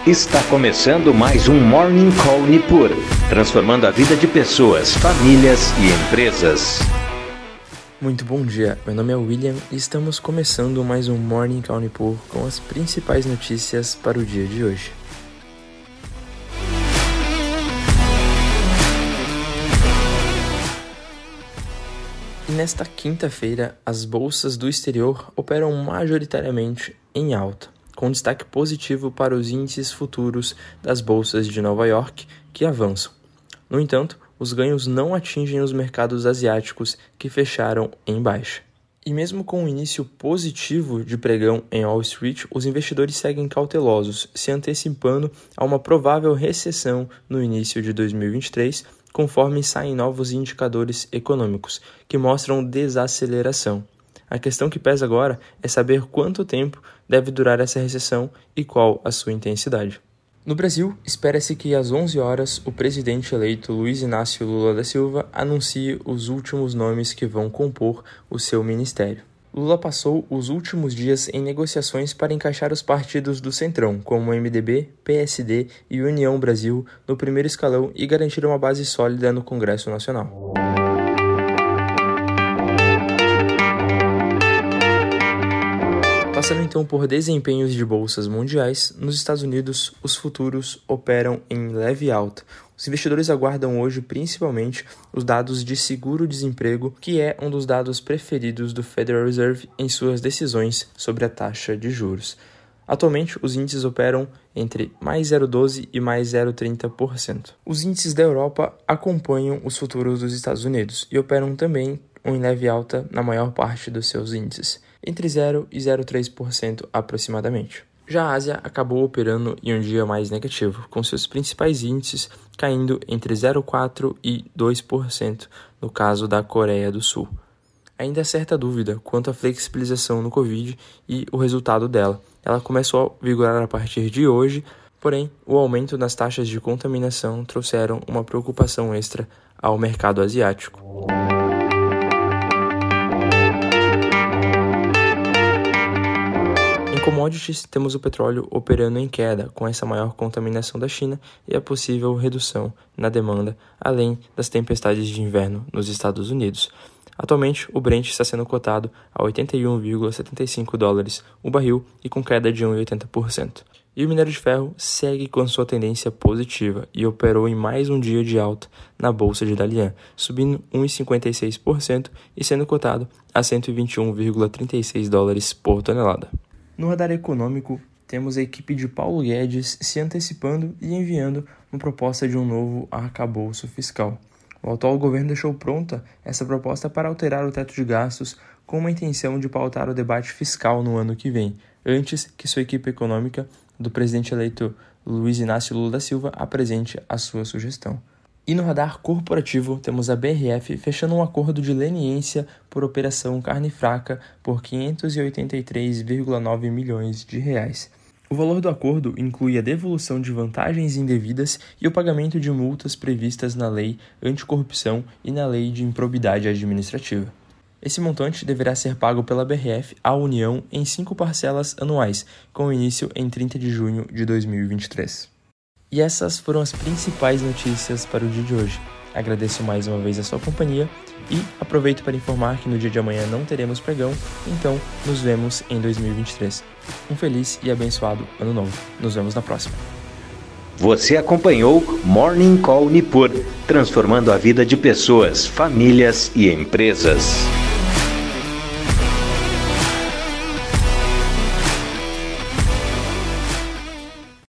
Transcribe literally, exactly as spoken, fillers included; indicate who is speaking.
Speaker 1: Está começando mais um Morning Call Nipur, transformando a vida de pessoas, famílias e empresas.
Speaker 2: Muito bom dia, meu nome é William e estamos começando mais um Morning Call Nipur com as principais notícias para o dia de hoje. E nesta quinta-feira, as bolsas do exterior operam majoritariamente em alta, com destaque positivo para os índices futuros das bolsas de Nova York, que avançam. No entanto, os ganhos não atingem os mercados asiáticos, que fecharam em baixa. E mesmo com o início positivo de pregão em Wall Street, os investidores seguem cautelosos, se antecipando a uma provável recessão no início de dois mil e vinte e três, conforme saem novos indicadores econômicos, que mostram desaceleração. A questão que pesa agora é saber quanto tempo deve durar essa recessão e qual a sua intensidade. No Brasil, espera-se que às onze horas o presidente eleito Luiz Inácio Lula da Silva anuncie os últimos nomes que vão compor o seu ministério. Lula passou os últimos dias em negociações para encaixar os partidos do Centrão, como o M D B, P S D e União Brasil, no primeiro escalão e garantir uma base sólida no Congresso Nacional. Passando então por desempenhos de bolsas mundiais, nos Estados Unidos os futuros operam em leve alta. Os investidores aguardam hoje principalmente os dados de seguro-desemprego, que é um dos dados preferidos do Federal Reserve em suas decisões sobre a taxa de juros. Atualmente, os índices operam entre mais zero vírgula doze por cento e mais zero vírgula trinta por cento. Os índices da Europa acompanham os futuros dos Estados Unidos e operam também em leve alta na maior parte dos seus índices, entre zero e zero vírgula três por cento aproximadamente. Já a Ásia acabou operando em um dia mais negativo, com seus principais índices caindo entre zero vírgula quatro por cento e dois por cento no caso da Coreia do Sul. Ainda há certa dúvida quanto à flexibilização no Covid e o resultado dela. Ela começou a vigorar a partir de hoje, porém o aumento nas taxas de contaminação trouxeram uma preocupação extra ao mercado asiático. Em commodities, temos o petróleo operando em queda, com essa maior contaminação da China e a possível redução na demanda, além das tempestades de inverno nos Estados Unidos. Atualmente, o Brent está sendo cotado a oitenta e um vírgula setenta e cinco dólares o barril e com queda de um vírgula oitenta por cento. E o minério de ferro segue com sua tendência positiva e operou em mais um dia de alta na bolsa de Dalian, subindo um vírgula cinquenta e seis por cento e sendo cotado a cento e vinte e um vírgula trinta e seis dólares por tonelada. No radar econômico, temos a equipe de Paulo Guedes se antecipando e enviando uma proposta de um novo arcabouço fiscal. O atual governo deixou pronta essa proposta para alterar o teto de gastos com uma intenção de pautar o debate fiscal no ano que vem, antes que sua equipe econômica do presidente eleito Luiz Inácio Lula da Silva apresente a sua sugestão. E no radar corporativo, temos a B R F fechando um acordo de leniência por operação carne fraca por quinhentos e oitenta e três vírgula nove milhões de reais. O valor do acordo inclui a devolução de vantagens indevidas e o pagamento de multas previstas na Lei Anticorrupção e na Lei de Improbidade Administrativa. Esse montante deverá ser pago pela B R F à União em cinco parcelas anuais, com início em trinta de junho de dois mil e vinte e três. E essas foram as principais notícias para o dia de hoje. Agradeço mais uma vez a sua companhia e aproveito para informar que no dia de amanhã não teremos pregão, então nos vemos em dois mil e vinte e três. Um feliz e abençoado ano novo. Nos vemos na próxima.
Speaker 1: Você acompanhou Morning Call Nipur, transformando a vida de pessoas, famílias e empresas.